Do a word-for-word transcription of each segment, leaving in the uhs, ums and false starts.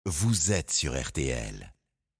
vous êtes sur R T L.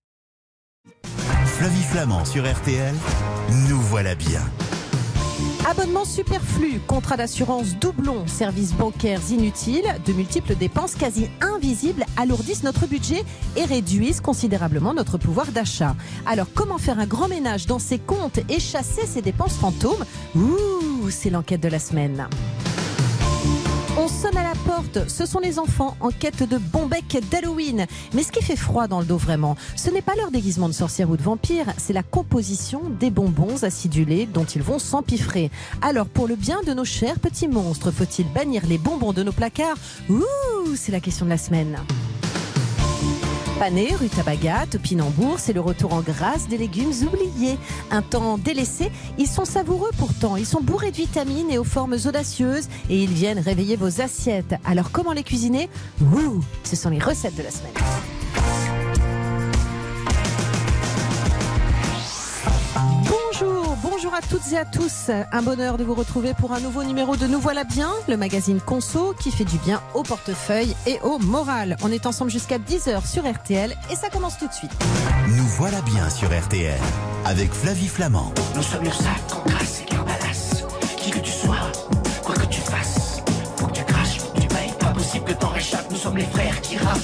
Flavie Flamand sur R T L, nous voilà bien. Abonnement superflu, contrat d'assurance doublon, services bancaires inutiles, de multiples dépenses quasi invisibles alourdissent notre budget et réduisent considérablement notre pouvoir d'achat. Alors comment faire un grand ménage dans ces comptes et chasser ces dépenses fantômes ? Ouh, c'est l'enquête de la semaine. On sonne à la porte, ce sont les enfants en quête de bons becs d'Halloween. Mais ce qui fait froid dans le dos vraiment, ce n'est pas leur déguisement de sorcière ou de vampire, c'est la composition des bonbons acidulés dont ils vont s'empiffrer. Alors pour le bien de nos chers petits monstres, faut-il bannir les bonbons de nos placards ? Ouh, c'est la question de la semaine. Pané, rutabaga, topinambour, c'est le retour en grâce des légumes oubliés. Un temps délaissés, ils sont savoureux pourtant, ils sont bourrés de vitamines et aux formes audacieuses et ils viennent réveiller vos assiettes. Alors comment les cuisiner ? Ouh, ce sont les recettes de la semaine. Bonjour, bonjour à toutes et à tous. Un bonheur de vous retrouver pour un nouveau numéro de Nous Voilà Bien, le magazine Conso qui fait du bien au portefeuille et au moral. On est ensemble jusqu'à dix heures sur R T L et ça commence tout de suite. Nous voilà bien sur R T L avec Flavie Flamand. Nous sommes le sac qu'on grasse et qu'on balasse. Qui que tu sois, quoi que tu fasses, faut que tu craches, faut que tu payes, pas possible que t'en réchappes. Nous sommes les frères qui rappent.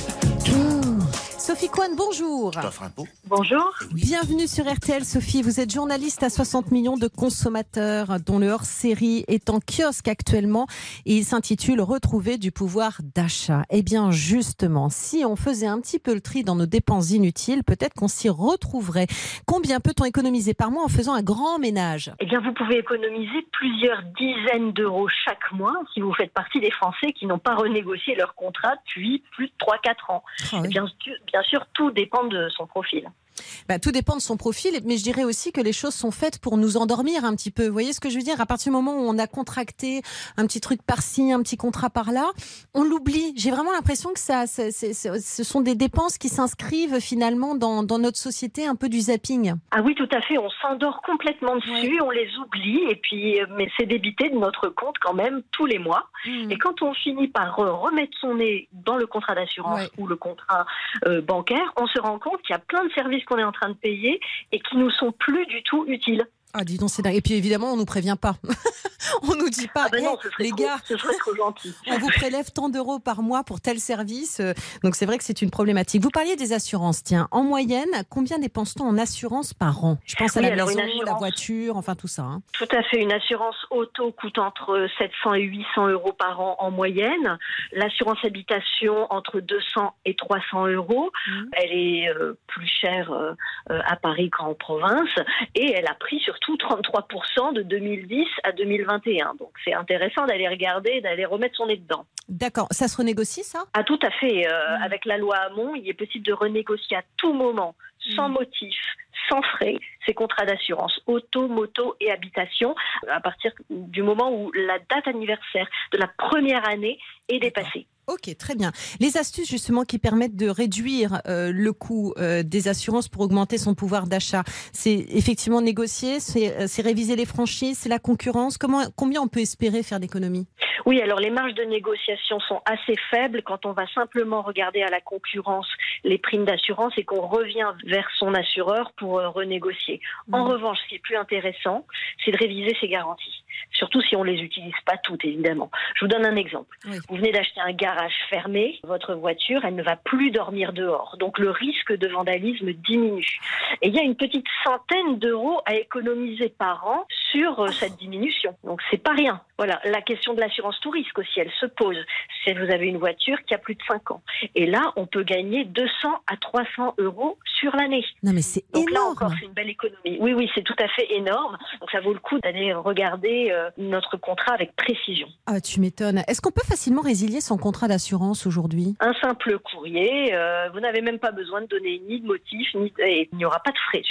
Sophie Coine, bonjour. Je t'offre un pot. Bonjour. Bienvenue sur R T L, Sophie. Vous êtes journaliste à soixante millions de consommateurs, dont le hors-série est en kiosque actuellement et il s'intitule « Retrouver du pouvoir d'achat ». Eh bien, justement, si on faisait un petit peu le tri dans nos dépenses inutiles, peut-être qu'on s'y retrouverait. Combien peut-on économiser par mois en faisant un grand ménage ? Eh bien, vous pouvez économiser plusieurs dizaines d'euros chaque mois si vous faites partie des Français qui n'ont pas renégocié leur contrat depuis plus de trois à quatre ans. Ah oui. Eh bien, bien sûr, tout dépend de son profil. Bah, tout dépend de son profil, mais je dirais aussi que les choses sont faites pour nous endormir un petit peu. Vous voyez ce que je veux dire ? À partir du moment où on a contracté un petit truc par-ci, un petit contrat par-là, on l'oublie. J'ai vraiment l'impression que ça, c'est, c'est, c'est, ce sont des dépenses qui s'inscrivent finalement dans, dans notre société, un peu du zapping. Ah oui, tout à fait. On s'endort complètement dessus, Ouais. on les oublie, et puis, mais c'est débité de notre compte quand même tous les mois. Mmh. Et quand on finit par euh, remettre son nez dans le contrat d'assurance Ouais. ou le contrat euh, bancaire, on se rend compte qu'il y a plein de services qu'on est en train de payer et qui nous sont plus du tout utiles. Ah, dis donc, c'est dingue. Et puis évidemment, on nous prévient pas. On nous dit pas, Ah ben non, hey, ce serait les trop, gars, ce serait trop gentil. on vous prélève tant d'euros par mois pour tel service. Donc c'est vrai que c'est une problématique. Vous parliez des assurances. Tiens, en moyenne, combien dépense-t-on en assurance par an ? Je pense à Oui, la alors maison, une assurance- la voiture, enfin tout ça. Hein. Tout à fait. Une assurance auto coûte entre sept cents et huit cents euros par an en moyenne. L'assurance habitation entre deux cents et trois cents euros. Mmh. Elle est euh, plus chère euh, euh, à Paris qu'en province. Et elle a pris surtout trente-trois pour cent de deux mille dix à deux mille vingt et un. Donc c'est intéressant d'aller regarder, d'aller remettre son nez dedans. D'accord. Ça se renégocie, ça ? Ah, tout à fait. Euh, Mmh. Avec la loi Hamon, il est possible de renégocier à tout moment, sans Mmh. motif, sans frais, ces contrats d'assurance auto, moto et habitation, à partir du moment où la date anniversaire de la première année est dépassée. Ok, très bien. Les astuces justement qui permettent de réduire euh, le coût euh, des assurances pour augmenter son pouvoir d'achat, c'est effectivement négocier, c'est, euh, c'est réviser les franchises, c'est la concurrence. Comment, combien on peut espérer faire d'économies ? Oui, alors les marges de négociation sont assez faibles quand on va simplement regarder à la concurrence les primes d'assurance et qu'on revient vers son assureur pour euh, renégocier. En Mmh. revanche, ce qui est plus intéressant, c'est de réviser ses garanties. Surtout si on ne les utilise pas toutes, évidemment. Je vous donne un exemple. Oui. Vous venez d'acheter un garage fermé, votre voiture, elle ne va plus dormir dehors. Donc le risque de vandalisme diminue. Et il y a une petite centaine d'euros à économiser par an sur euh, cette diminution. Donc c'est pas rien. Voilà, la question de l'assurance tout risque aussi, elle se pose. Si vous avez une voiture qui a plus de cinq ans. Et là, on peut gagner deux cents à trois cents euros sur l'année. Non mais c'est Donc là énorme. encore, c'est une belle économie. Oui, oui, c'est tout à fait énorme. Donc ça vaut le coup d'aller regarder euh, notre contrat avec précision. Ah, tu m'étonnes. Est-ce qu'on peut facilement résilier son contrat d'assurance aujourd'hui ? Un simple courrier, euh, vous n'avez même pas besoin de donner ni de motif, ni de... et il n'y aura pas de frais surtout.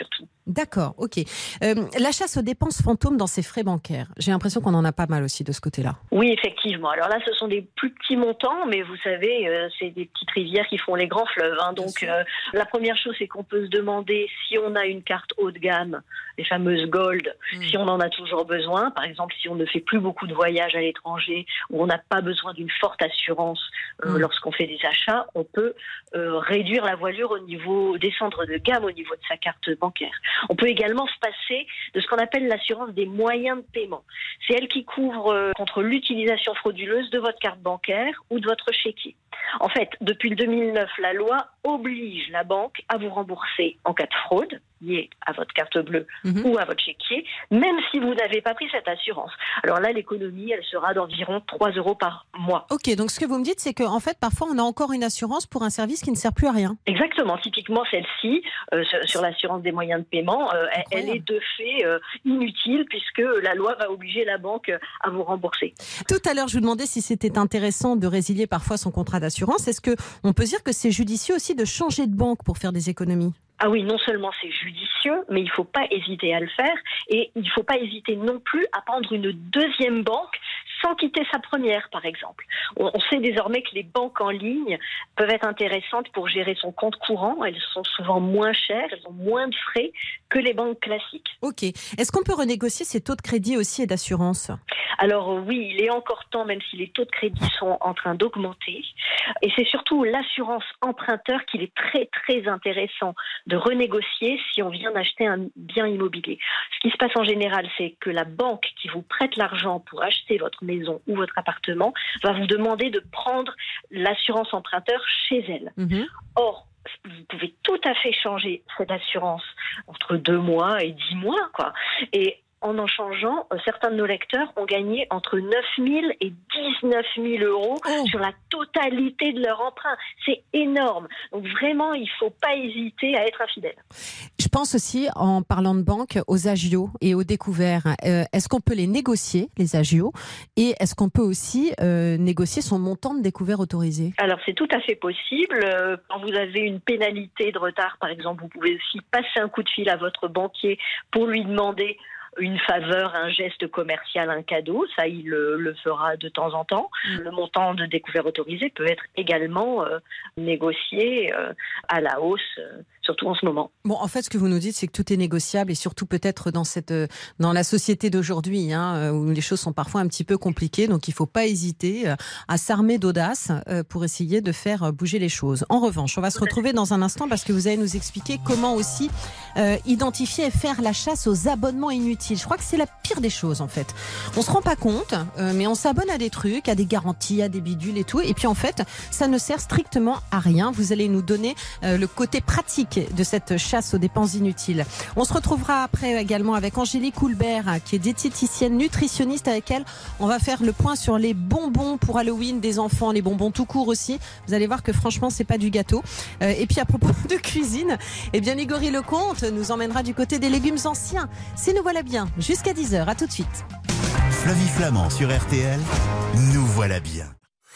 D'accord, ok. Euh, la chasse aux dépenses fantômes dans ces frais bancaires, j'ai l'impression qu'on en a pas mal aussi de ce côté-là. Oui, effectivement. Alors là, ce sont des plus petits montants, mais vous savez, euh, c'est des petites rivières qui font les grands fleuves. Hein. Donc, euh, la première chose, c'est qu'on peut se demander si on a une carte haut de gamme, les fameuses Gold, mmh. si on en a toujours besoin. Par exemple, si on ne fait plus beaucoup de voyages à l'étranger, ou on n'a pas besoin d'une forte assurance euh, mmh. lorsqu'on fait des achats, on peut euh, réduire la voilure au niveau, descendre de gamme au niveau de sa carte bancaire. On peut également se passer de ce qu'on appelle l'assurance des moyens de paiement. C'est elle qui couvre euh, contre l'utilisation frauduleuse de votre carte bancaire ou de votre chéquier. En fait, depuis le deux mille neuf, la loi oblige la banque à vous rembourser en cas de fraude liée à votre carte bleue mmh. ou à votre chéquier, même si vous n'avez pas pris cette assurance. Alors là, l'économie, elle sera d'environ trois euros par mois. Ok, donc ce que vous me dites, c'est qu'en fait, parfois, on a encore une assurance pour un service qui ne sert plus à rien. Exactement. Typiquement, celle-ci, euh, sur, sur l'assurance des moyens de paiement, euh, elle est de fait euh, inutile puisque la loi va obliger la banque à vous rembourser. Tout à l'heure, je vous demandais si c'était intéressant de résilier parfois son contrat d'assurance. Est-ce qu'on peut dire que c'est judicieux aussi de changer de banque pour faire des économies ? Ah oui, non seulement c'est judicieux, mais il ne faut pas hésiter à le faire. Et il ne faut pas hésiter non plus à prendre une deuxième banque sans quitter sa première, par exemple. On, on sait désormais que les banques en ligne peuvent être intéressantes pour gérer son compte courant. Elles sont souvent moins chères, elles ont moins de frais que les banques classiques. Ok. Est-ce qu'on peut renégocier ses taux de crédit aussi et d'assurance ? Alors oui, il est encore temps, même si les taux de crédit sont en train d'augmenter. Et c'est surtout l'assurance emprunteur qu'il est très très intéressant de renégocier si on vient d'acheter un bien immobilier. Ce qui se passe en général, c'est que la banque qui vous prête l'argent pour acheter votre maison ou votre appartement va vous demander de prendre l'assurance emprunteur chez elle. Mmh. Or, vous pouvez tout à fait changer cette assurance entre deux mois et dix mois, quoi. Et en en changeant, certains de nos lecteurs ont gagné entre neuf mille et dix-neuf mille euros oh. sur la totalité de leur emprunt. C'est énorme. Donc vraiment, il ne faut pas hésiter à être infidèle. Je pense aussi, en parlant de banque, aux agios et aux découverts. Euh, est-ce qu'on peut les négocier, les agios ? Et est-ce qu'on peut aussi euh, négocier son montant de découvert autorisé ? Alors, c'est tout à fait possible. Quand vous avez une pénalité de retard, par exemple, vous pouvez aussi passer un coup de fil à votre banquier pour lui demander une faveur, un geste commercial, un cadeau, ça il le, le fera de temps en temps. Mmh. Le montant de découvert autorisé peut être également euh, négocié euh, à la hausse, euh, surtout en ce moment. Bon, en fait, ce que vous nous dites, c'est que tout est négociable et surtout peut-être dans cette, dans la société d'aujourd'hui, hein, où les choses sont parfois un petit peu compliquées, donc il ne faut pas hésiter à s'armer d'audace pour essayer de faire bouger les choses. En revanche, on va se retrouver dans un instant parce que vous allez nous expliquer comment aussi euh, identifier et faire la chasse aux abonnements inutiles. Je crois que c'est la pire des choses en fait. On se rend pas compte, euh, mais on s'abonne à des trucs, à des garanties, à des bidules et tout, et puis en fait, ça ne sert strictement à rien. Vous allez nous donner euh, le côté pratique de cette chasse aux dépenses inutiles. On se retrouvera après également avec Angélique Houlbert, qui est diététicienne nutritionniste, avec elle. On va faire le point sur les bonbons pour Halloween des enfants, les bonbons tout court aussi. Vous allez voir que franchement, c'est pas du gâteau. Euh, et puis à propos de cuisine, eh bien Igori Lecomte nous emmènera du côté des légumes anciens. C'est Nous voilà bien, jusqu'à dix heures. À tout de suite. Flavie Flamand sur R T L, Nous voilà bien.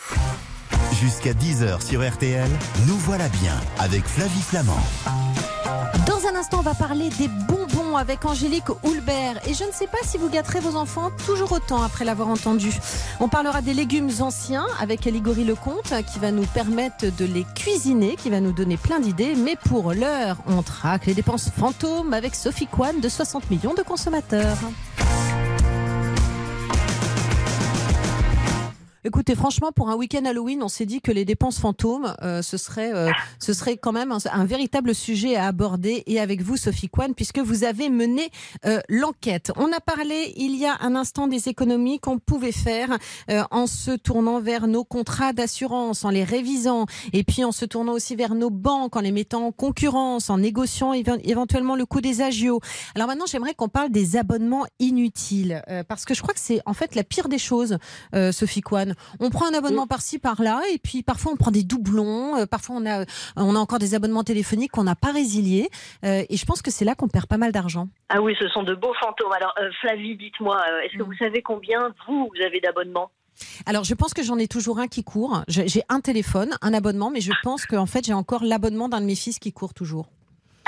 Jusqu'à dix heures sur R T L, Nous voilà bien avec Flavie Flamand. Dans un instant, on va parler des bonbons avec Angélique Houlbert. Et je ne sais pas si vous gâterez vos enfants toujours autant après l'avoir entendu. On parlera des légumes anciens avec Igori Lecomte qui va nous permettre de les cuisiner, qui va nous donner plein d'idées. Mais pour l'heure, on traque les dépenses fantômes avec Sophie Kwan de soixante millions de consommateurs. Écoutez, franchement, pour un week-end Halloween, on s'est dit que les dépenses fantômes, euh, ce serait, euh, ce serait quand même un, un véritable sujet à aborder. Et avec vous, Sophie Kwan, puisque vous avez mené euh, l'enquête. On a parlé il y a un instant des économies qu'on pouvait faire euh, en se tournant vers nos contrats d'assurance, en les révisant, et puis en se tournant aussi vers nos banques, en les mettant en concurrence, en négociant éve- éventuellement le coût des agios. Alors maintenant, j'aimerais qu'on parle des abonnements inutiles, euh, parce que je crois que c'est en fait la pire des choses, euh, Sophie Kwan. On prend un abonnement par-ci, par-là, et puis parfois on prend des doublons, euh, parfois on a, on a encore des abonnements téléphoniques qu'on n'a pas résiliés, euh, et je pense que c'est là qu'on perd pas mal d'argent. Ah oui, ce sont de beaux fantômes. Alors euh, Flavie, dites-moi, euh, est-ce que vous savez combien vous, vous avez d'abonnements ? Alors, je pense que j'en ai toujours un qui court. J'ai un téléphone, un abonnement, mais je pense qu'en fait, j'ai encore l'abonnement d'un de mes fils qui court toujours.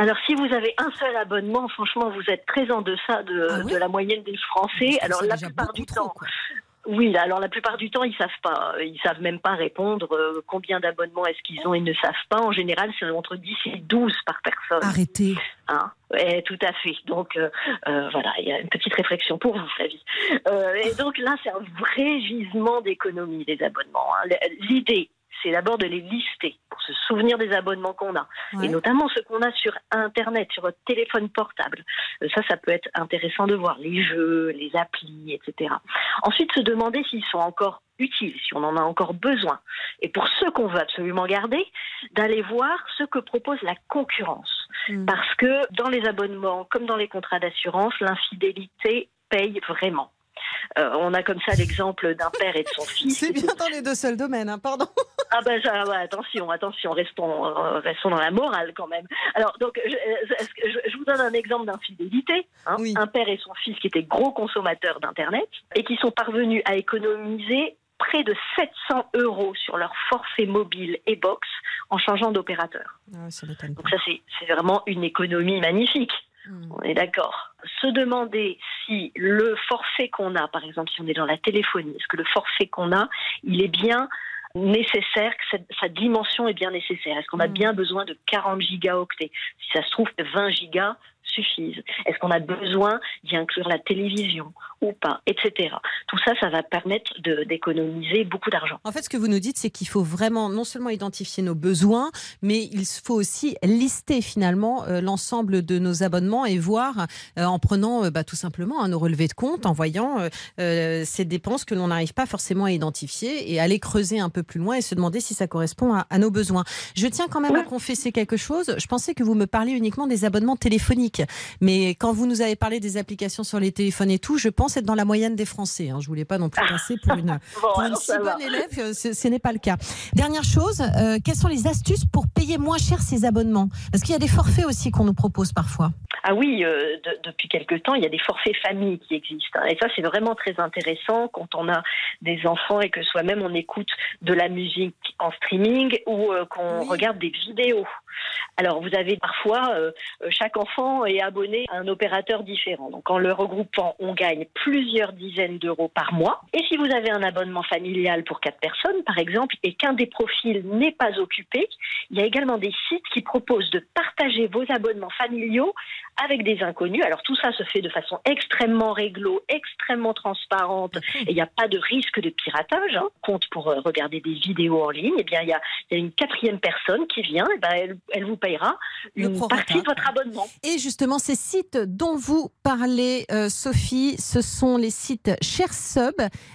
Alors, si vous avez un seul abonnement, franchement, vous êtes très en deçà de, Ah ouais de la moyenne des Français. Alors, la plupart du temps... Trop, Oui, alors la plupart du temps, ils savent pas. Ils savent même pas répondre. Euh, combien d'abonnements est-ce qu'ils ont? Ils ne savent pas. En général, c'est entre dix et douze par personne. Arrêtez. Hein, ouais, tout à fait. Donc, euh, euh, voilà, il y a une petite réflexion pour vous, Flavie. Euh, et donc là, c'est un vrai gisement d'économie, les abonnements. Hein. L'idée, c'est d'abord de les lister pour se souvenir des abonnements qu'on a. Ouais. Et notamment ceux qu'on a sur Internet, sur votre téléphone portable. Euh, ça, ça peut être intéressant de voir. Les jeux, les applis, et cetera. Ensuite, se demander s'ils sont encore utiles, si on en a encore besoin. Et pour ceux qu'on veut absolument garder, d'aller voir ce que propose la concurrence. Mmh. Parce que dans les abonnements, comme dans les contrats d'assurance, l'infidélité paye vraiment. Euh, on a comme ça l'exemple d'un père et de son fils. C'est bien dans les deux seuls domaines, hein, pardon. Ah ben ça, ouais, attention, attention, restons, euh, restons dans la morale quand même. Alors donc, je, je, je vous donne un exemple d'infidélité. Hein. Oui. Un père et son fils qui étaient gros consommateurs d'Internet et qui sont parvenus à économiser près de sept cents euros sur leur forfait mobile et box en changeant d'opérateur. Ah, ça m'étonne pas. Donc ça, c'est, c'est vraiment une économie magnifique. Mmh. On est d'accord. Se demander si le forfait qu'on a, par exemple, si on est dans la téléphonie, est-ce que le forfait qu'on a, il est bien nécessaire, que cette, sa dimension est bien nécessaire. Est-ce qu'on a mmh. bien besoin de quarante gigaoctets? Si ça se trouve, vingt gigas suffisent. Est-ce qu'on a besoin d'y inclure la télévision ou pas, et cetera. Tout ça, ça va permettre de, d'économiser beaucoup d'argent. En fait, ce que vous nous dites, c'est qu'il faut vraiment non seulement identifier nos besoins, mais il faut aussi lister finalement euh, l'ensemble de nos abonnements et voir, euh, en prenant euh, bah, tout simplement hein, nos relevés de compte, en voyant euh, euh, ces dépenses que l'on n'arrive pas forcément à identifier et aller creuser un peu plus loin et se demander si ça correspond à, à nos besoins. Je tiens quand même oui. à confesser quelque chose. Je pensais que vous me parliez uniquement des abonnements téléphoniques, mais quand vous nous avez parlé des applications sur les téléphones et tout, je pense être dans la moyenne des Français. Hein. Je ne voulais pas non plus passer pour une, bon, pour une si bonne élève, ce, ce n'est pas le cas. Dernière chose, euh, quelles sont les astuces pour payer moins cher ces abonnements? Parce qu'il y a des forfaits aussi qu'on nous propose parfois. Ah oui, euh, de, depuis quelque temps, il y a des forfaits famille qui existent. Hein. Et ça, c'est vraiment très intéressant quand on a des enfants et que soi-même on écoute de la musique en streaming ou euh, qu'on oui. regarde des vidéos. Alors, vous avez parfois, euh, chaque enfant est abonné à un opérateur différent. Donc, en le regroupant, on gagne plusieurs dizaines d'euros par mois. Et si vous avez un abonnement familial pour quatre personnes, par exemple, et qu'un des profils n'est pas occupé, il y a également des sites qui proposent de partager vos abonnements familiaux avec des inconnus. Alors, tout ça se fait de façon extrêmement réglo, extrêmement transparente, et il n'y a pas de risque de piratage. Hein. Compte pour euh, regarder des vidéos en ligne, eh bien, il y a, il y a une quatrième personne qui vient, et ben, elle, elle vous payera une partie de votre abonnement. Et justement, ces sites dont vous parlez, euh, Sophie, ce sont les sites ShareSub,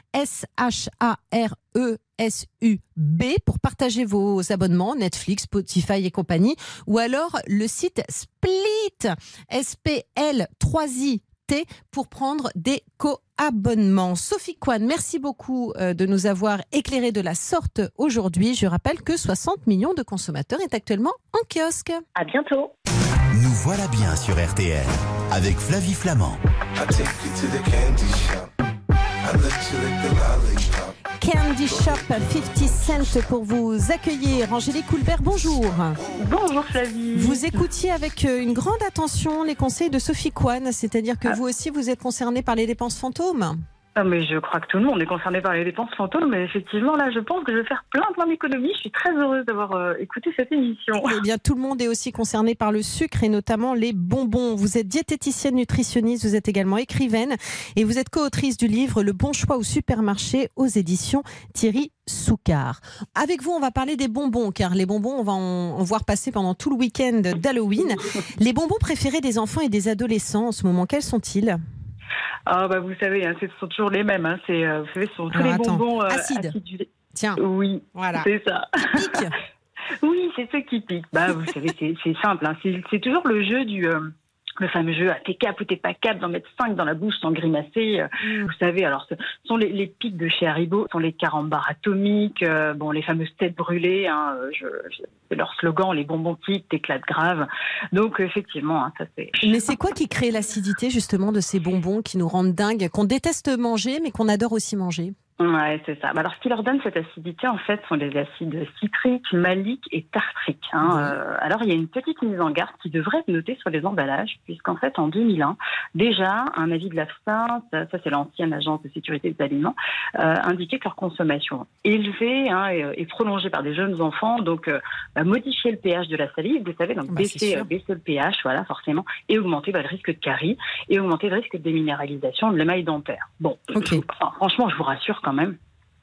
S H A R E S U B, pour partager vos abonnements, Netflix, Spotify et compagnie, ou alors le site Split, S P L trois I T, pour prendre des co-abonnements. Sophie Coine, merci beaucoup de nous avoir éclairé de la sorte aujourd'hui. Je rappelle que soixante millions de consommateurs est actuellement en kiosque. À bientôt. Nous voilà bien sur R T L avec Flavie Flamand. Candy Shop cinquante Cent pour vous accueillir. Angélique Coulbert, bonjour. Bonjour Flavie. Vous écoutiez avec une grande attention les conseils de Sophie Coine, c'est-à-dire que ah. vous aussi vous êtes concernée par les dépenses fantômes. Ah, mais je crois que tout le monde est concerné par les dépenses fantômes, mais effectivement là je pense que je vais faire plein plein d'économies. Je suis très heureuse d'avoir euh, écouté cette émission. Eh bien tout le monde est aussi concerné par le sucre et notamment les bonbons. Vous êtes diététicienne nutritionniste, vous êtes également écrivaine et vous êtes co-autrice du livre Le bon choix au supermarché aux éditions Thierry Soucard. Avec vous, on va parler des bonbons, car les bonbons, on va en, en voir passer pendant tout le week-end d'Halloween. Les bonbons préférés des enfants et des adolescents en ce moment, quels sont-ils ? Ah bah vous savez, hein, ce sont toujours les mêmes. Hein. C'est, euh, vous savez, ce sont tous Alors, les attends. bonbons euh, acides. acidulés. Tiens. Oui, voilà. C'est ça. Qui pique. Oui, c'est ceux qui piquent. Bah vous savez, c'est, c'est simple. Hein. C'est, c'est toujours le jeu du. Euh, Le fameux jeu à t'es cap ou t'es pas cap d'en mettre cinq dans la bouche sans grimacer. Mmh. Vous savez, alors ce sont les, les pics de chez Haribo, ce sont les carambars atomiques, euh, bon les fameuses têtes brûlées. Hein, je, je, c'est leur slogan, les bonbons piquent, t'éclates grave. Donc effectivement, hein, ça c'est. Mais c'est quoi qui crée l'acidité justement de ces bonbons qui nous rendent dingues, qu'on déteste manger mais qu'on adore aussi manger ? Ouais, c'est ça. Alors, ce qui leur donne cette acidité, en fait, sont les acides citriques, maliques et tartriques. Hein. Oui. Euh, alors, il y a une petite mise en garde qui devrait être notée sur les emballages, puisqu'en fait, en deux mille un, déjà, un avis de l'AFSA, ça, ça c'est l'ancienne agence de sécurité des aliments, euh, indiquait que leur consommation élevée hein, et, et prolongée par des jeunes enfants, donc euh, bah, modifier le pH de la salive, vous savez, donc Bah, baisser, euh, baisser le pH, voilà, forcément, et augmenter bah, le risque de carie et augmenter le risque de déminéralisation de l'émail dentaire. Bon, Okay. je, enfin, franchement, je vous rassure quand même.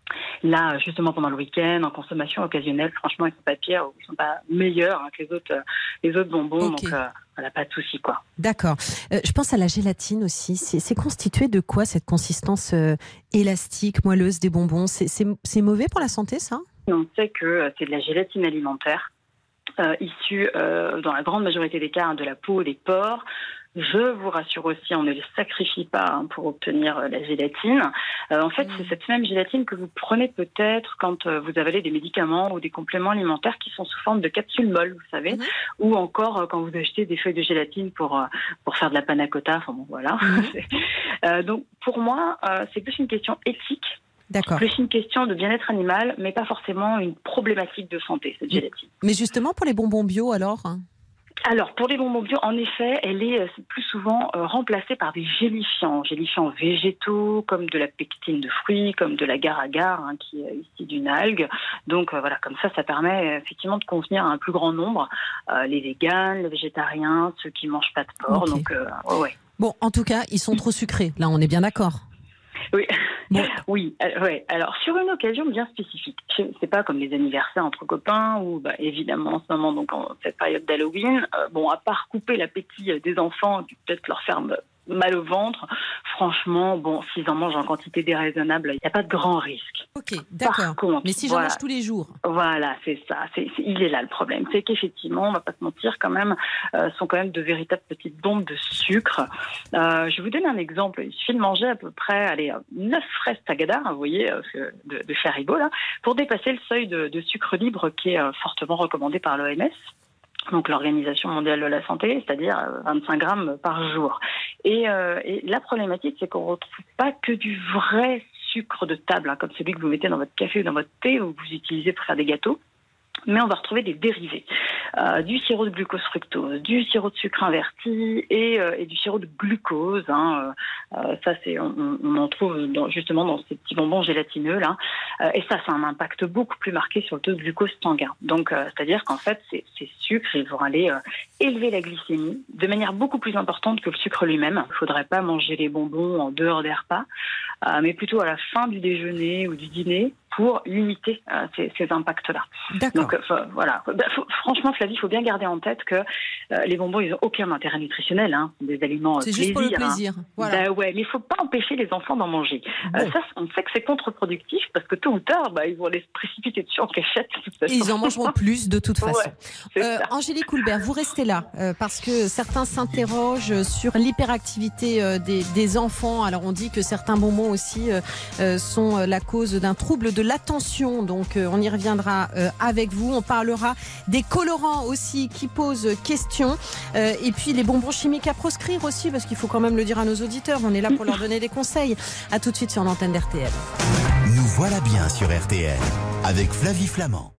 Là, justement, pendant le week-end, en consommation occasionnelle, franchement, ils ne sont pas pires, ils ne sont pas meilleurs hein, que les autres, euh, les autres bonbons. Okay. Donc, euh, voilà, pas de souci, quoi. D'accord. Euh, je pense à la gélatine aussi. C'est, c'est constitué de quoi, cette consistance euh, élastique, moelleuse des bonbons? c'est, c'est, c'est mauvais pour la santé, ça? On sait que euh, c'est de la gélatine alimentaire, euh, issue, euh, dans la grande majorité des cas, hein, de la peau des porcs. Je vous rassure aussi, on ne les sacrifie pas hein, pour obtenir euh, la gélatine. Euh, en fait, mmh. c'est cette même gélatine que vous prenez peut-être quand euh, vous avalez des médicaments ou des compléments alimentaires qui sont sous forme de capsules molles, vous savez, mmh. ou encore euh, quand vous achetez des feuilles de gélatine pour euh, pour faire de la panna cotta. Enfin bon, voilà. Mmh. euh, donc pour moi, euh, c'est plus une question éthique. D'accord. Plus une question de bien-être animal, mais pas forcément une problématique de santé, cette gélatine. Mais justement, pour les bonbons bio, alors? Alors, pour les bonbons bio, en effet, elle est euh, plus souvent euh, remplacée par des gélifiants, gélifiants végétaux, comme de la pectine de fruits, comme de l'agar-agar, hein, qui est issue d'une algue. Donc, euh, voilà, comme ça, ça permet euh, effectivement de convenir à un plus grand nombre, euh, les véganes, les végétariens, ceux qui mangent pas de porc. Okay. Donc, euh, ouais, ouais. Bon, en tout cas, ils sont trop sucrés. Là, on est bien d'accord. Oui, bon. oui. Euh, ouais. Alors sur une occasion bien spécifique, c'est pas comme les anniversaires entre copains ou bah, évidemment en ce moment donc en cette période d'Halloween, euh, bon à part couper l'appétit des enfants, peut-être leur faire mal au ventre, franchement, bon, s'ils en mangent en quantité déraisonnable, il n'y a pas de grand risque. Ok, d'accord. Contre, mais si j'en voilà, mange tous les jours. Voilà, c'est ça. C'est, c'est, il est là le problème. C'est qu'effectivement, on ne va pas se mentir, quand même, euh, sont quand même de véritables petites bombes de sucre. Euh, je vais vous donner un exemple. Il suffit de manger à peu près, allez, neuf fraises Tagada, vous voyez, euh, de, de chez Haribo, là, pour dépasser le seuil de, de sucre libre qui est euh, fortement recommandé par l'O M S. Donc l'Organisation mondiale de la santé, c'est-à-dire vingt-cinq grammes par jour. Et, euh, et la problématique, c'est qu'on ne retrouve pas que du vrai sucre de table, hein, comme celui que vous mettez dans votre café ou dans votre thé, ou que vous utilisez pour faire des gâteaux. Mais on va retrouver des dérivés, euh, du sirop de glucose fructose, du sirop de sucre inverti et, euh, et du sirop de glucose. Hein, euh, ça, c'est, on, on en trouve dans, justement dans ces petits bonbons gélatineux là. Euh, et ça, ça a un impact beaucoup plus marqué sur le taux de glucose sanguin. Donc, euh, c'est-à-dire qu'en fait, ces, ces sucres, ils vont aller euh, élever la glycémie de manière beaucoup plus importante que le sucre lui-même. Il ne faudrait pas manger les bonbons en dehors des repas, euh, mais plutôt à la fin du déjeuner ou du dîner, pour limiter euh, ces, ces impacts-là. D'accord. Donc euh, voilà. Bah, faut, franchement, Flavie, il faut bien garder en tête que euh, les bonbons, ils n'ont aucun intérêt nutritionnel. Hein. C'est des aliments c'est plaisir. C'est juste pour le plaisir. Hein. Voilà. Bah, ouais, mais il ne faut pas empêcher les enfants d'en manger. Bon. Euh, ça, on sait que c'est contre-productif parce que tôt ou tard, bah, ils vont aller se précipiter dessus en cachette. Et ils en mangeront plus de toute façon. Ouais, euh, Angélique Houlbert, vous restez là euh, parce que certains s'interrogent sur l'hyperactivité euh, des, des enfants. Alors on dit que certains bonbons aussi euh, euh, sont la cause d'un trouble de l'attention. Donc euh, on y reviendra euh, avec vous. On parlera des colorants aussi qui posent question. Euh, et puis les bonbons chimiques à proscrire aussi, parce qu'il faut quand même le dire à nos auditeurs. On est là pour leur donner des conseils. À tout de suite sur l'antenne d'R T L. Nous voilà bien sur R T L avec Flavie Flamand.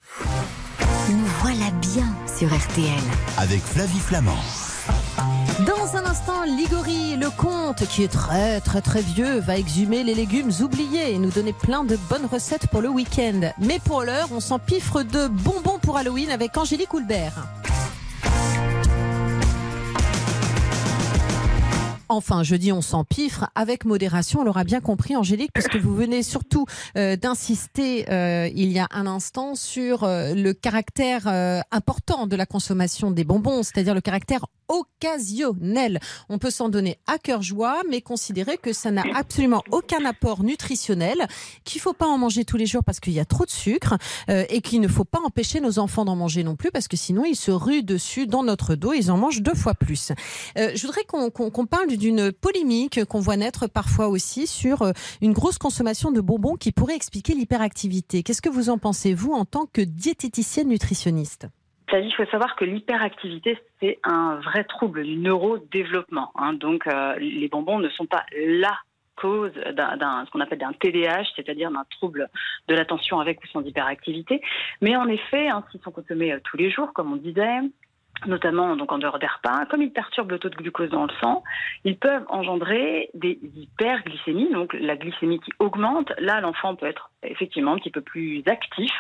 Nous voilà bien sur R T L avec Flavie Flamand. Dans un instant, Ligori, le conte, qui est très très très vieux, va exhumer les légumes oubliés et nous donner plein de bonnes recettes pour le week-end. Mais pour l'heure, on s'empiffre de bonbons pour Halloween avec Angélique Houlbert. Enfin, je dis on s'empiffre avec modération, on l'aura bien compris Angélique, puisque vous venez surtout euh, d'insister euh, il y a un instant sur euh, le caractère euh, important de la consommation des bonbons, c'est-à-dire le caractère occasionnel. On peut s'en donner à cœur joie, mais considérer que ça n'a absolument aucun apport nutritionnel, qu'il ne faut pas en manger tous les jours parce qu'il y a trop de sucre euh, et qu'il ne faut pas empêcher nos enfants d'en manger non plus parce que sinon ils se ruent dessus dans notre dos, ils en mangent deux fois plus. Euh, je voudrais qu'on, qu'on, qu'on parle d'une polémique qu'on voit naître parfois aussi sur une grosse consommation de bonbons qui pourrait expliquer l'hyperactivité. Qu'est-ce que vous en pensez, vous, en tant que diététicienne nutritionniste ? Il faut savoir que l'hyperactivité, c'est un vrai trouble du neurodéveloppement. Hein. Donc, euh, les bonbons ne sont pas la cause d'un, d'un ce qu'on appelle d'un T D A H, c'est-à-dire d'un trouble de l'attention avec ou sans hyperactivité. Mais en effet, hein, s'ils sont consommés euh, tous les jours, comme on disait, notamment donc en dehors des repas, comme ils perturbent le taux de glucose dans le sang, ils peuvent engendrer des hyperglycémies, donc la glycémie qui augmente. Là, l'enfant peut être effectivement un petit peu plus actif.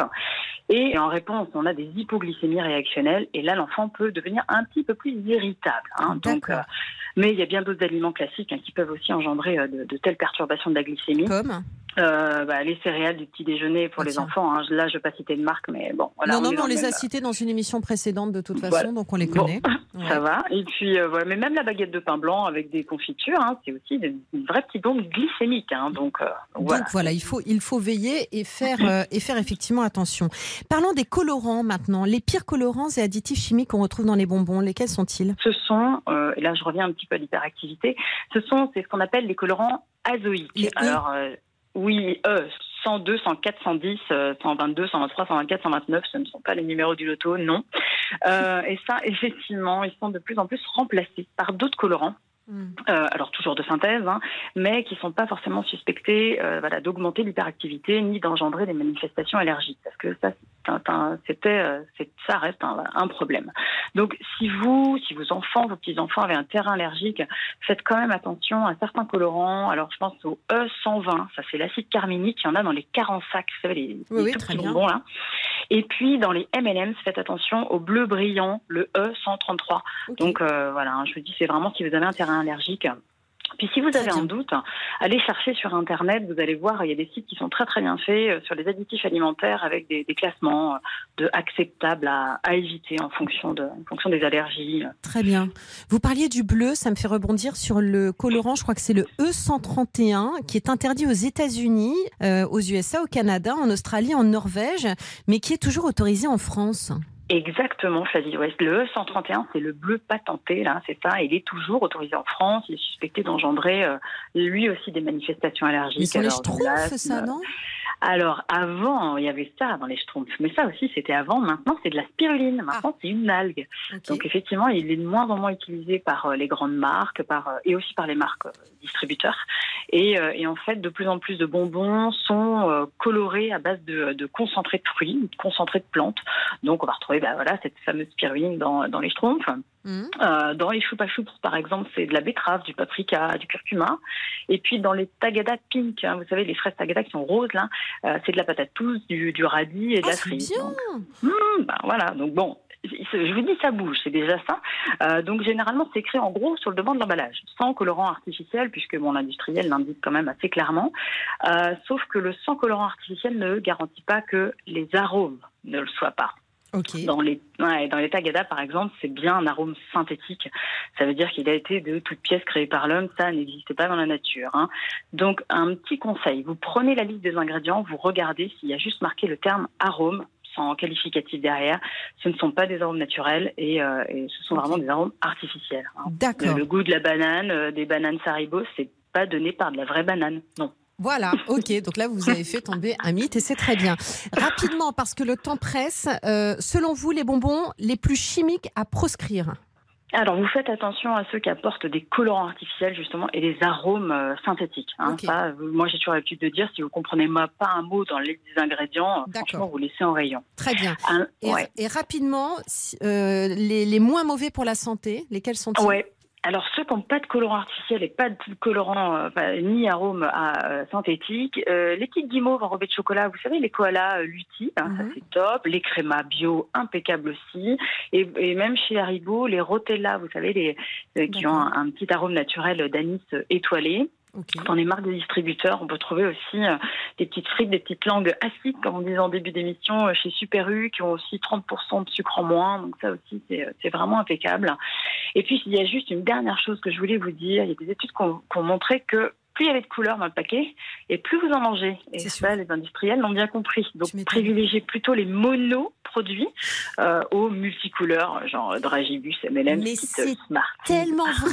Et en réponse, on a des hypoglycémies réactionnelles. Et là, l'enfant peut devenir un petit peu plus irritable. Hein. Donc, euh, mais il y a bien d'autres aliments classiques hein, qui peuvent aussi engendrer euh, de, de telles perturbations de la glycémie. Comme euh, bah, les céréales du petit déjeuner pour les enfants. Hein. Là, je ne vais pas citer de marque, mais bon. Voilà, non, on non, est mais on les même... a cités dans une émission précédente de toute façon, voilà. donc on les connaît. Bon, ouais. Ça va. Et puis, euh, voilà. Mais même la baguette de pain blanc avec des confitures, hein, c'est aussi une vraie petite bombe glycémique. Hein. Donc, euh, donc voilà. voilà, il faut, il faut veiller et faire, euh, et faire effectivement attention. Parlons des colorants maintenant. Les pires colorants et additifs chimiques qu'on retrouve dans les bonbons, lesquels sont-ils ? Ce sont, euh, et là je reviens un petit peu à l'hyperactivité, ce sont c'est ce qu'on appelle les colorants azoïques. Les Alors, euh, oui, E, cent deux, cent quatre, cent dix, cent vingt-deux, cent vingt-trois, cent vingt-quatre, cent vingt-neuf, ce ne sont pas les numéros du loto, non. Euh, et ça, effectivement, ils sont de plus en plus remplacés par d'autres colorants. Mmh. Euh, alors toujours de synthèse, hein, mais qui ne sont pas forcément suspectés euh, voilà, d'augmenter l'hyperactivité ni d'engendrer des manifestations allergiques, parce que ça, c'est un, c'était, euh, c'est, ça reste un, un problème. Donc si vous, si vos enfants, vos petits-enfants avaient un terrain allergique, faites quand même attention à certains colorants. Alors je pense au E cent vingt, ça c'est l'acide carminique, il y en a dans les Carensac, vous savez, les, oui, les oui, tout très petits bien. bonbons là. Et puis dans les M and M's, faites attention au bleu brillant, le E cent trente-trois. Okay. Donc euh, voilà, hein, je vous dis, c'est vraiment si vous avez un terrain allergique. Puis si vous avez un doute, allez chercher sur Internet, vous allez voir, il y a des sites qui sont très très bien faits sur les additifs alimentaires avec des, des classements de acceptables à, à éviter en fonction, de, en fonction des allergies. Très bien. Vous parliez du bleu, ça me fait rebondir sur le colorant, je crois que c'est le E cent trente et un qui est interdit aux États-Unis, euh, aux U S A, au Canada, en Australie, en Norvège, mais qui est toujours autorisé en France. Exactement, Flavie. Ouais, le E cent trente et un, c'est le bleu patenté, là, c'est ça. Il est toujours autorisé en France. Il est suspecté d'engendrer, euh, lui aussi, des manifestations allergiques. Mais ce sont les schtroumpfs, ça, non ? Alors, avant, il y avait ça dans les schtroumpfs. Mais ça aussi, c'était avant. Maintenant, c'est de la spiruline. Maintenant, ah. c'est une algue. Okay. Donc, effectivement, il est de moins en moins utilisé par euh, les grandes marques par, euh, et aussi par les marques euh, distributeurs. Et, euh, et en fait, de plus en plus de bonbons sont euh, colorés à base de, de concentré de fruits, de concentré de plantes. Donc, on va retrouver bah, voilà, cette fameuse spiruline dans, dans les schtroumpfs. Mmh. Euh, dans les choupa choups, par exemple, c'est de la betterave, du paprika, du curcuma. Et puis dans les tagada pink, hein, vous savez, les fraises tagada qui sont roses, là, euh, c'est de la patate douce, du, du radis et de ah, la frise. C'est bien. Donc, mmh, ben voilà. Donc bon, je vous dis, ça bouge, c'est déjà ça. Euh, donc généralement, c'est écrit en gros sur le devant de l'emballage, sans colorant artificiel, puisque bon, l'industriel l'indique quand même assez clairement. Euh, sauf que le sans colorant artificiel ne garantit pas que les arômes ne le soient pas. Okay. Dans les ouais, dans les tagada, par exemple, c'est bien un arôme synthétique. Ça veut dire qu'il a été de toute pièce créé par l'homme. Ça n'existe pas dans la nature. Hein. Donc, un petit conseil. Vous prenez la liste des ingrédients, vous regardez s'il y a juste marqué le terme arôme, sans qualificatif derrière. Ce ne sont pas des arômes naturels et, euh, et ce sont okay. vraiment des arômes artificiels. Hein. D'accord. Le, le goût de la banane, euh, des bananes Haribo, c'est pas donné par de la vraie banane. Non. Voilà, ok, donc là vous avez fait tomber un mythe et c'est très bien. Rapidement, parce que le temps presse, euh, selon vous, les bonbons les plus chimiques à proscrire ? Alors, vous faites attention à ceux qui apportent des colorants artificiels, justement, et des arômes euh, synthétiques. Hein. Okay. Ça, moi, j'ai toujours l'habitude de dire, si vous ne comprenez pas un mot dans les ingrédients, D'accord. franchement, vous laissez en rayon. Très bien. Un, et, ouais. et rapidement, euh, les, les moins mauvais pour la santé, lesquels sont-ils ? Ouais. Alors, ceux qui n'ont pas de colorant artificiel et pas de colorant euh, ni arôme euh, synthétique, euh, les petites guimauves enrobées de chocolat, vous savez, les koalas euh, Lutti, hein, mm-hmm. ça c'est top, les crémas bio, impeccable aussi, et, et même chez Haribo, les Rotella, vous savez, les, euh, qui ont un, un petit arôme naturel d'anis étoilé. Okay. Dans les marques de distributeurs, on peut trouver aussi euh, des petites frites, des petites langues acides, comme on disait en début d'émission, euh, chez Super U, qui ont aussi trente pour cent de sucre en moins. Donc ça aussi, c'est, c'est vraiment impeccable. Et puis, il y a juste une dernière chose que je voulais vous dire. Il y a des études qui ont, qui ont montré que plus il y avait de couleurs dans le paquet, et plus vous en mangez. Et c'est ça, sûr. Les industriels l'ont bien compris. Donc, privilégiez plutôt les monoproduits euh, aux multicouleurs, genre Dragibus, M and M's, Mais Skittles, c'est Smart. tellement vrai.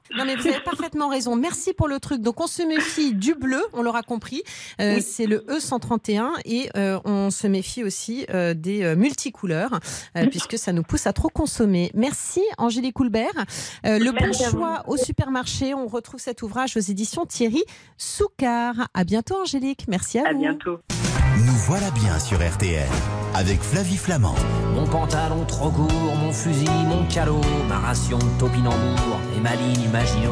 Non, mais vous avez parfaitement raison. Merci pour le truc. Donc, on se méfie du bleu, on l'aura compris. Euh, oui. C'est le E cent trente et un et euh, on se méfie aussi euh, des euh, multicouleurs euh, oui. puisque ça nous pousse à trop consommer. Merci Angélique Coulbert. Euh, le Merci bon choix au supermarché. On retrouve cet ouvrage aux éditions Thierry Soucard. À bientôt Angélique. Merci à, à vous. À bientôt. Nous voilà bien sur R T L avec Flavie Flamand. Mon pantalon trop court, mon fusil, mon calot, ma ration de topinambour et ma ligne Maginot.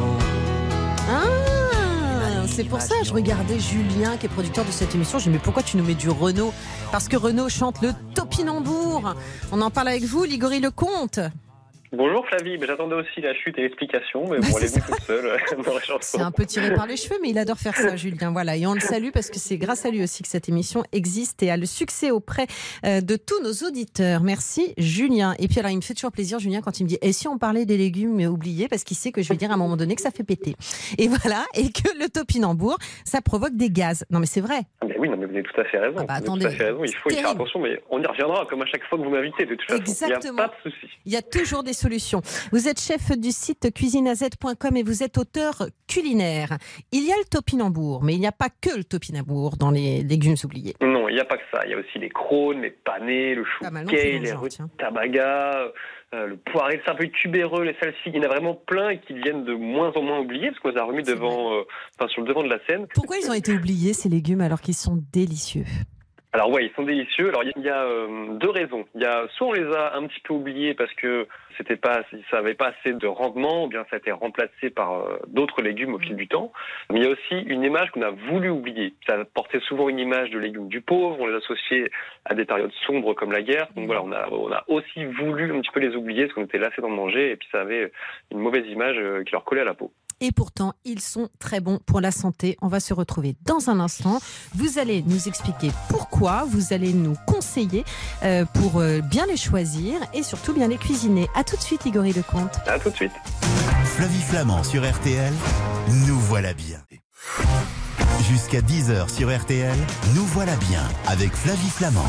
Ah, c'est pour ça je regardais Julien qui est producteur de cette émission. J'ai dit mais pourquoi tu nous mets du Renaud ? Parce que Renaud chante le topinambour. On en parle avec vous, Ligory Lecomte. Bonjour Flavie, ben, j'attendais aussi la chute et l'explication, mais bon, elle est venue toute seule dans la chanson. C'est un peu tiré par les cheveux, mais il adore faire ça, Julien. Voilà, et on le salue parce que c'est grâce à lui aussi que cette émission existe et a le succès auprès de tous nos auditeurs. Merci Julien. Et puis alors, il me fait toujours plaisir, Julien, quand il me dit « Et si on parlait des légumes oubliés ?» parce qu'il sait que je vais dire à un moment donné que ça fait péter. Et voilà, et que le topinambour, ça provoque des gaz. Non mais c'est vrai. Ah mais oui, non mais vous avez tout à fait raison. Ah bah, attendez, tout à fait raison. Il faut y faire attention, mais on y reviendra comme à chaque fois que vous m'invitez. De toute façon, exactement. Il n'y a pas de souci. Il y a toujours des solutions. Vous êtes chef du site cuisine a z point com et vous êtes auteur culinaire. Il y a le topinambour, mais il n'y a pas que le topinambour dans les légumes oubliés. Non, il n'y a pas que ça. Il y a aussi les crônes, les panais, le chou kale, les rutabaga, euh, le poiré, le cerfeuil tubéreux, les salsifis. Il y en a vraiment plein et qui viennent de moins en moins oubliés parce qu'on les a remis devant, euh, enfin, sur le devant de la scène. Pourquoi ils ont été oubliés ces légumes alors qu'ils sont délicieux ? Alors ouais, ils sont délicieux. Alors il y a euh, deux raisons. Il y a soit on les a un petit peu oubliés parce que c'était pas, ça avait pas assez de rendement, ou bien ça a été remplacé par euh, d'autres légumes au fil du temps. Mais il y a aussi une image qu'on a voulu oublier. Ça portait souvent une image de légumes du pauvre. On les associait à des périodes sombres comme la guerre. Donc voilà, on a, on a aussi voulu un petit peu les oublier parce qu'on était lassés d'en manger et puis ça avait une mauvaise image euh, qui leur collait à la peau. Et pourtant, ils sont très bons pour la santé. On va se retrouver dans un instant. Vous allez nous expliquer pourquoi, vous allez nous conseiller euh, pour euh, bien les choisir et surtout bien les cuisiner. À tout de suite, Ligory Lecomte. À tout de suite. Flavie Flamand sur R T L, nous voilà bien. Jusqu'à dix heures sur R T L, nous voilà bien avec Flavie Flamand.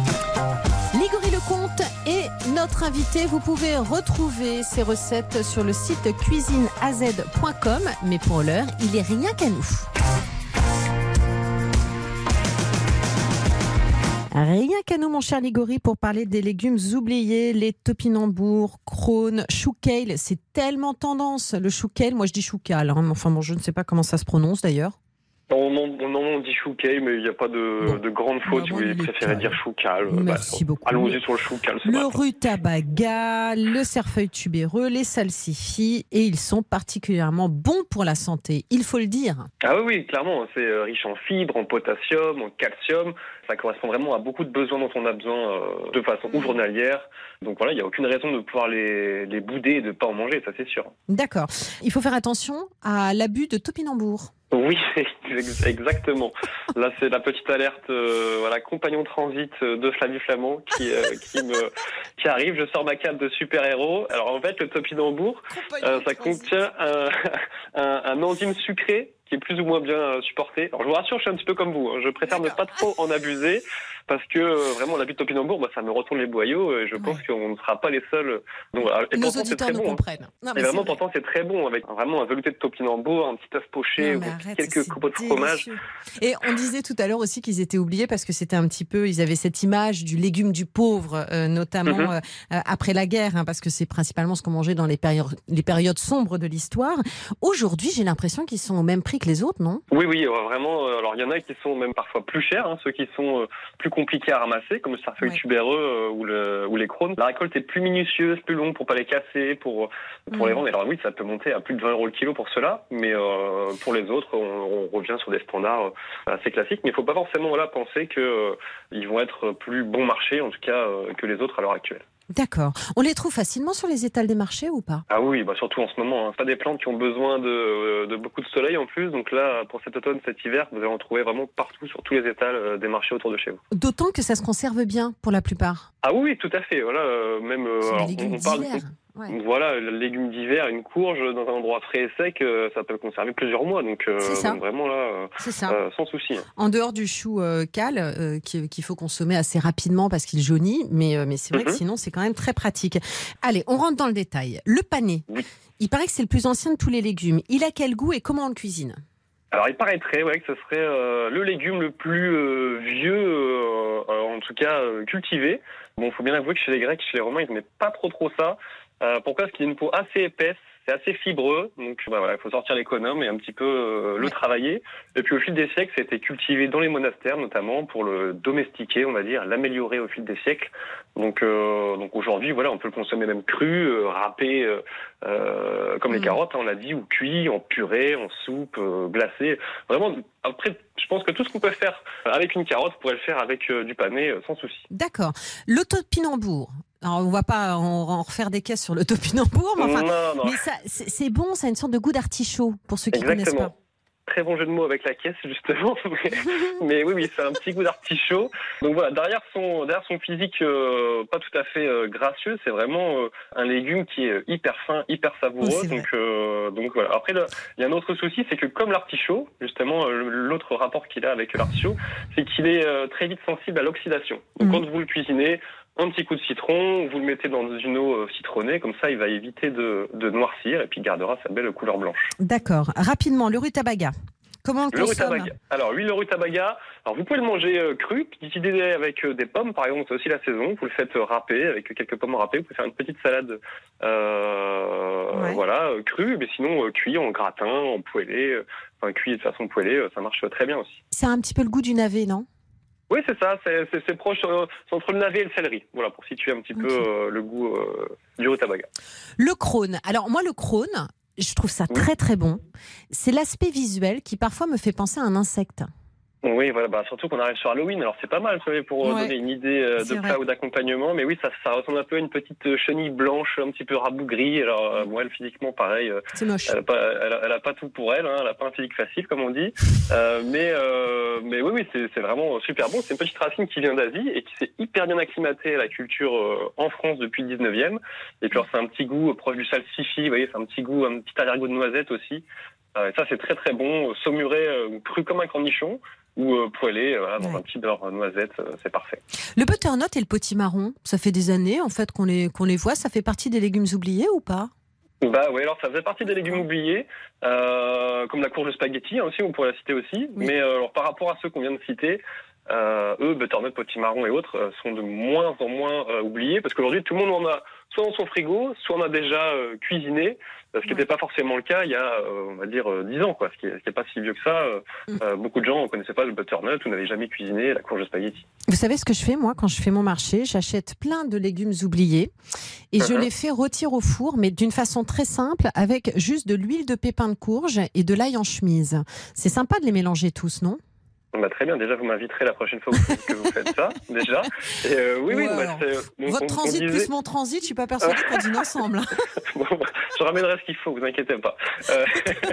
Ligory Lecomte est notre invité. Vous pouvez retrouver ces recettes sur le site cuisine a z point com. Mais pour l'heure, il est rien qu'à nous. Rien qu'à nous, mon cher Ligory, pour parler des légumes oubliés, les topinambours, crônes, chou kale. C'est tellement tendance, le chou kale. Moi, je dis chou kale. Hein. Enfin, bon, je ne sais pas comment ça se prononce d'ailleurs. On, on, on dit chou kale, mais il n'y a pas de, bon. de grande faute si vous préférez dire chou kale. Merci bah, beaucoup. Allons-y sur le chou kale. Le rutabaga, le cerfeuil tubéreux, les salsifis, et ils sont particulièrement bons pour la santé. Il faut le dire. Ah oui, oui, clairement. C'est riche en fibres, en potassium, en calcium. Ça correspond vraiment à beaucoup de besoins dont on a besoin euh, de façon ou journalière. Donc voilà, il n'y a aucune raison de pouvoir les, les bouder et de ne pas en manger, ça c'est sûr. D'accord. Il faut faire attention à l'abus de topinambour. Oui, exactement. Là, c'est la petite alerte, euh, voilà, compagnon transit de Flavie Flamand qui euh, qui me qui arrive. Je sors ma cape de super-héros. Alors en fait, le topinambour, euh, ça contient un, un, un enzyme sucré qui est plus ou moins bien supporté. Alors je vous rassure, je suis un petit peu comme vous. Hein. Je préfère D'accord. ne pas trop en abuser parce que euh, vraiment l'abus de topinambour, bah, ça me retourne les boyaux et je ouais. pense qu'on ne sera pas les seuls. Donc, et Nos pourtant, auditeurs c'est très nous bon, comprennent. Hein. Non, mais, mais vraiment, pourtant, c'est très bon avec vraiment un velouté de topinambour, un petit œuf poché, non, arrête, quelques copeaux de fromage. Et on disait tout à l'heure aussi qu'ils étaient oubliés parce que c'était un petit peu, ils avaient cette image du légume du pauvre, euh, notamment mm-hmm. euh, après la guerre, hein, parce que c'est principalement ce qu'on mangeait dans les périodes, les périodes sombres de l'histoire. Aujourd'hui, j'ai l'impression qu'ils sont au même prix que les autres, non ? Oui, oui, vraiment. Alors, il y en a qui sont même parfois plus chers, hein, ceux qui sont euh, plus compliqués à ramasser, comme le cerfeuil ouais. tubéreux euh, ou, le, ou les crônes. La récolte est plus minutieuse, plus longue pour pas les casser, pour pour mmh. les vendre. Alors oui, ça peut monter à plus de vingt euros le kilo pour cela, mais euh, pour les autres, on, on revient sur des standards assez classiques. Mais il faut pas forcément voilà penser que euh, ils vont être plus bon marché, en tout cas euh, que les autres à l'heure actuelle. D'accord. On les trouve facilement sur les étals des marchés ou pas ? Ah oui, bah surtout en ce moment. Hein. C'est pas des plantes qui ont besoin de, de beaucoup de soleil en plus. Donc là, pour cet automne, cet hiver, vous allez en trouver vraiment partout sur tous les étals des marchés autour de chez vous. D'autant que ça se conserve bien pour la plupart. Ah oui, tout à fait. Voilà, euh, même. Euh, C'est alors, les légumes on parle. d'hiver. Ouais. Voilà, le légume d'hiver, une courge dans un endroit frais et sec, euh, ça peut conserver plusieurs mois. Donc, euh, donc vraiment là, euh, C'est ça. Euh, sans souci. Hein. En dehors du chou euh, cale, euh, qu'il, qu'il faut consommer assez rapidement parce qu'il jaunit, mais, euh, mais c'est vrai mm-hmm. que sinon c'est quand même très pratique. Allez, on rentre dans le détail. Le panais. Oui. Il paraît que c'est le plus ancien de tous les légumes. Il a quel goût et comment on le cuisine ? Alors, il paraîtrait ouais, que ce serait euh, le légume le plus euh, vieux, euh, en tout cas euh, cultivé. Bon, il faut bien avouer que chez les Grecs, chez les Romains, ils n'aimaient pas trop trop ça. Euh, pourquoi ? Parce qu'il a une peau assez épaisse, c'est assez fibreux, donc bah, voilà, il faut sortir l'économe et un petit peu euh, le travailler. Et puis au fil des siècles, ça a été cultivé dans les monastères, notamment pour le domestiquer, on va dire, l'améliorer au fil des siècles. Donc, euh, donc aujourd'hui, voilà, on peut le consommer même cru, euh, râpé, euh, euh, comme mmh. les carottes, hein, on l'a dit, ou cuit, en purée, en soupe, euh, glacé. Vraiment, après, je pense que tout ce qu'on peut faire avec une carotte, on pourrait le faire avec euh, du pané, euh, sans souci. D'accord. Le topinambour. Alors, on va pas en, en refaire des caisses sur le topinambour, mais enfin, non, non. mais ça, c'est, c'est bon, ça a une sorte de goût d'artichaut, pour ceux qui ne connaissent pas. Très bon jeu de mots avec la caisse, justement. Mais, mais oui, oui, c'est un petit goût d'artichaut. Donc voilà, derrière son, derrière son physique euh, pas tout à fait euh, gracieux, c'est vraiment euh, un légume qui est hyper fin, hyper savoureux. Oh, donc, euh, donc voilà. Après, il y a un autre souci, c'est que comme l'artichaut, justement, l'autre rapport qu'il a avec l'artichaut, c'est qu'il est euh, très vite sensible à l'oxydation. Donc mmh. quand vous le cuisinez, un petit coup de citron, vous le mettez dans une eau citronnée, comme ça il va éviter de, de noircir et puis gardera sa belle couleur blanche. D'accord. Rapidement, le rutabaga. Comment on le, le consomme ? Rutabaga. Alors lui, le rutabaga, alors vous pouvez le manger euh, cru, l'utiliser avec euh, des pommes, par exemple, c'est aussi la saison. Vous le faites euh, râper avec quelques pommes râpées. Vous pouvez faire une petite salade, euh, ouais. voilà, euh, crue, mais sinon euh, cuit en gratin, en poêlé, euh, enfin cuit de façon poêlée, euh, ça marche très bien aussi. C'est un petit peu le goût du navet, non ? Oui, c'est ça, c'est, c'est, c'est proche, euh, c'est entre le navet et le céleri. Voilà, pour situer un petit okay. peu euh, le goût euh, du rutabaga. Le crône. Alors moi, le crône, je trouve ça oui. très très bon. C'est l'aspect visuel qui parfois me fait penser à un insecte. Oui, voilà, bah, surtout qu'on arrive sur Halloween, alors c'est pas mal, vous savez, pour ouais, donner une idée euh, de plat ou d'accompagnement, mais oui, ça, ça ressemble un peu à une petite chenille blanche, un petit peu rabougrie, alors euh, bon, elle, physiquement, pareil, euh, c'est moche. Elle a pas, elle a, elle a pas tout pour elle, hein, elle a pas un physique facile, comme on dit, euh, mais, euh, mais oui, oui, c'est, c'est vraiment super bon, c'est une petite racine qui vient d'Asie et qui s'est hyper bien acclimatée à la culture euh, en France depuis le dix-neuvième, et puis alors c'est un petit goût proche du salsifis, vous voyez, c'est un petit goût, un petit arrière-goût de noisette aussi, euh, et ça c'est très très bon, saumuré, euh, cru comme un cornichon, ou euh, poêlé, euh, voilà, dans ouais. un petit beurre noisette, euh, c'est parfait. Le butternut et le potimarron, ça fait des années en fait qu'on les, qu'on les voit, ça fait partie des légumes oubliés ou pas ? Bah oui, alors ça faisait partie des légumes oubliés, euh, comme la courge de spaghetti hein, aussi, on pourrait la citer aussi, oui. mais euh, alors, par rapport à ceux qu'on vient de citer, euh, eux, butternut, potimarron et autres, euh, sont de moins en moins euh, oubliés, parce qu'aujourd'hui tout le monde en a soit dans son frigo, soit on a déjà euh, cuisiné, ce qui n'était ouais. pas forcément le cas il y a, euh, on va dire, euh, dix ans, quoi, ce qui n'est pas si vieux que ça. Euh, mm. euh, beaucoup de gens ne connaissaient pas le butternut ou n'avaient jamais cuisiné la courge de spaghetti. Vous savez ce que je fais, moi, quand je fais mon marché ? J'achète plein de légumes oubliés et uh-huh. je les fais rôtir au four, mais d'une façon très simple, avec juste de l'huile de pépins de courge et de l'ail en chemise. C'est sympa de les mélanger tous, non ? Bah, très bien, déjà vous m'inviterai la prochaine fois que vous faites ça, déjà. Et euh, oui, oui, ouais, bah, c'est, on, votre on, transit on disait... plus mon transit, je suis pas persuadée qu'on dîne ensemble. Bon, bah, je ramènerai ce qu'il faut, vous inquiétez pas. Euh...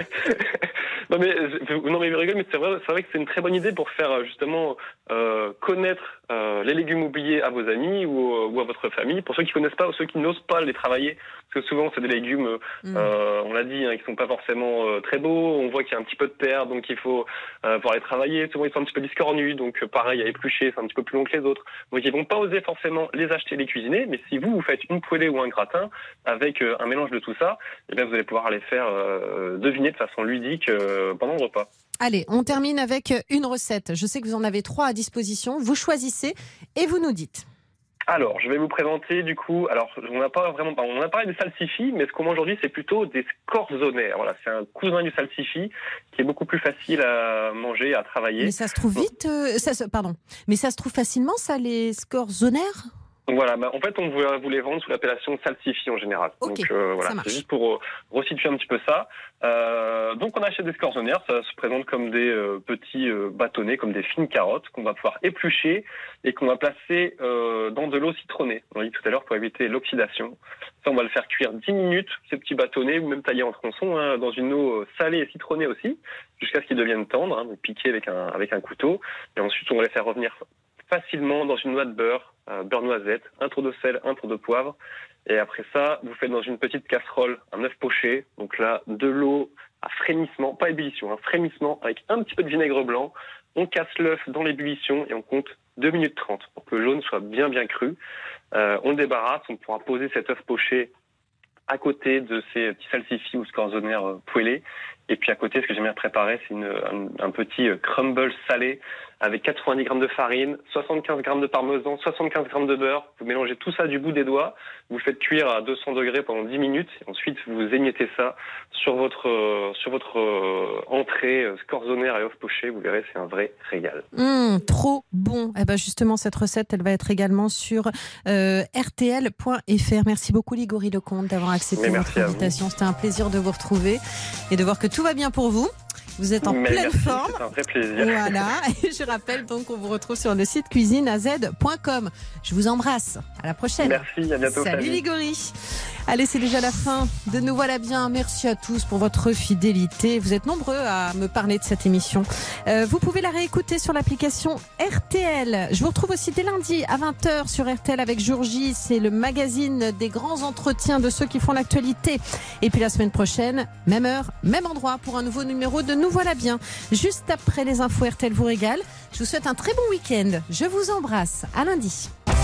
non mais non mais rigole, mais c'est vrai, c'est vrai que c'est une très bonne idée pour faire justement euh, connaître euh, les légumes oubliés à vos amis ou, ou à votre famille. Pour ceux qui connaissent pas ou ceux qui n'osent pas les travailler, parce que souvent c'est des légumes, mm. euh, on l'a dit, hein, qui sont pas forcément euh, très beaux. On voit qu'il y a un petit peu de terre, donc il faut euh, pouvoir les travailler. Souvent ils sont un petit peu discornus, donc euh, pareil à éplucher, c'est un petit peu plus long que les autres. Donc ils vont pas oser forcément les acheter, les cuisiner. Mais si vous vous faites une poêlée ou un gratin avec euh, un mélange de tout ça, eh bien vous allez pouvoir les faire euh, deviner de façon ludique euh, pendant le repas. Allez, on termine avec une recette. Je sais que vous en avez trois à disposition. Vous choisissez et vous nous dites. Alors, je vais vous présenter du coup. Alors, on n'a pas vraiment, on a parlé du salsifis, mais ce qu'on mange aujourd'hui, c'est plutôt des scorzonères. Voilà, c'est un cousin du salsifis qui est beaucoup plus facile à manger, à travailler. Mais ça se trouve vite, euh, ça se, pardon. Mais ça se trouve facilement, ça, les scorzonères ? Voilà, bah en fait, on vous les vendre sous l'appellation salsifis en général. Okay, donc euh, voilà, c'est juste pour euh, resituer un petit peu ça. Euh, donc on achète des scorzonères, ça se présente comme des euh, petits euh, bâtonnets, comme des fines carottes qu'on va pouvoir éplucher et qu'on va placer euh, dans de l'eau citronnée. On l'a dit tout à l'heure pour éviter l'oxydation. Ça, on va le faire cuire dix minutes, ces petits bâtonnets, ou même taillés en tronçons, hein, dans une eau salée et citronnée aussi, jusqu'à ce qu'ils deviennent tendres, hein, donc piqués avec un avec un couteau. Et ensuite, on va les faire revenir facilement dans une noix de beurre, euh, beurre noisette, un tour de sel, un tour de poivre. Et après ça, vous faites dans une petite casserole un œuf poché. Donc là, de l'eau à frémissement, pas ébullition, hein, frémissement avec un petit peu de vinaigre blanc. On casse l'œuf dans l'ébullition et on compte deux minutes trente pour que le jaune soit bien bien cru. Euh, on le débarrasse, on pourra poser cet œuf poché à côté de ces petits salsifis ou scorzonères euh, poêlés. Et puis à côté, ce que j'aime bien préparer, c'est une, un, un petit crumble salé avec quatre-vingt-dix grammes de farine, soixante-quinze grammes de parmesan, soixante-quinze grammes de beurre. Vous mélangez tout ça du bout des doigts, vous le faites cuire à deux cents degrés pendant dix minutes. Et ensuite, vous émiettez ça sur votre, euh, sur votre euh, entrée euh, scorzonère et œufs pochés. Vous verrez, c'est un vrai régal. Mmh, trop bon. Eh ben justement, cette recette, elle va être également sur euh, R T L point F R. Merci beaucoup, Ligory Lecomte, d'avoir accepté notre invitation. C'était un plaisir de vous retrouver et de voir que tout va bien pour vous. Vous êtes en Mais pleine merci, forme. C'est un vrai plaisir. Voilà. Et je rappelle donc qu'on vous retrouve sur le site cuisine a z point com. Je vous embrasse. À la prochaine. Merci, à bientôt. Salut Ligory. Allez, c'est déjà la fin de Nous Voilà Bien. Merci à tous pour votre fidélité. Vous êtes nombreux à me parler de cette émission. Euh, vous pouvez la réécouter sur l'application R T L. Je vous retrouve aussi dès lundi à vingt heures sur R T L avec Jour J. C'est le magazine des grands entretiens de ceux qui font l'actualité. Et puis la semaine prochaine, même heure, même endroit pour un nouveau numéro de Nous Voilà Bien. Juste après les infos R T L vous régale. Je vous souhaite un très bon week-end. Je vous embrasse. À lundi.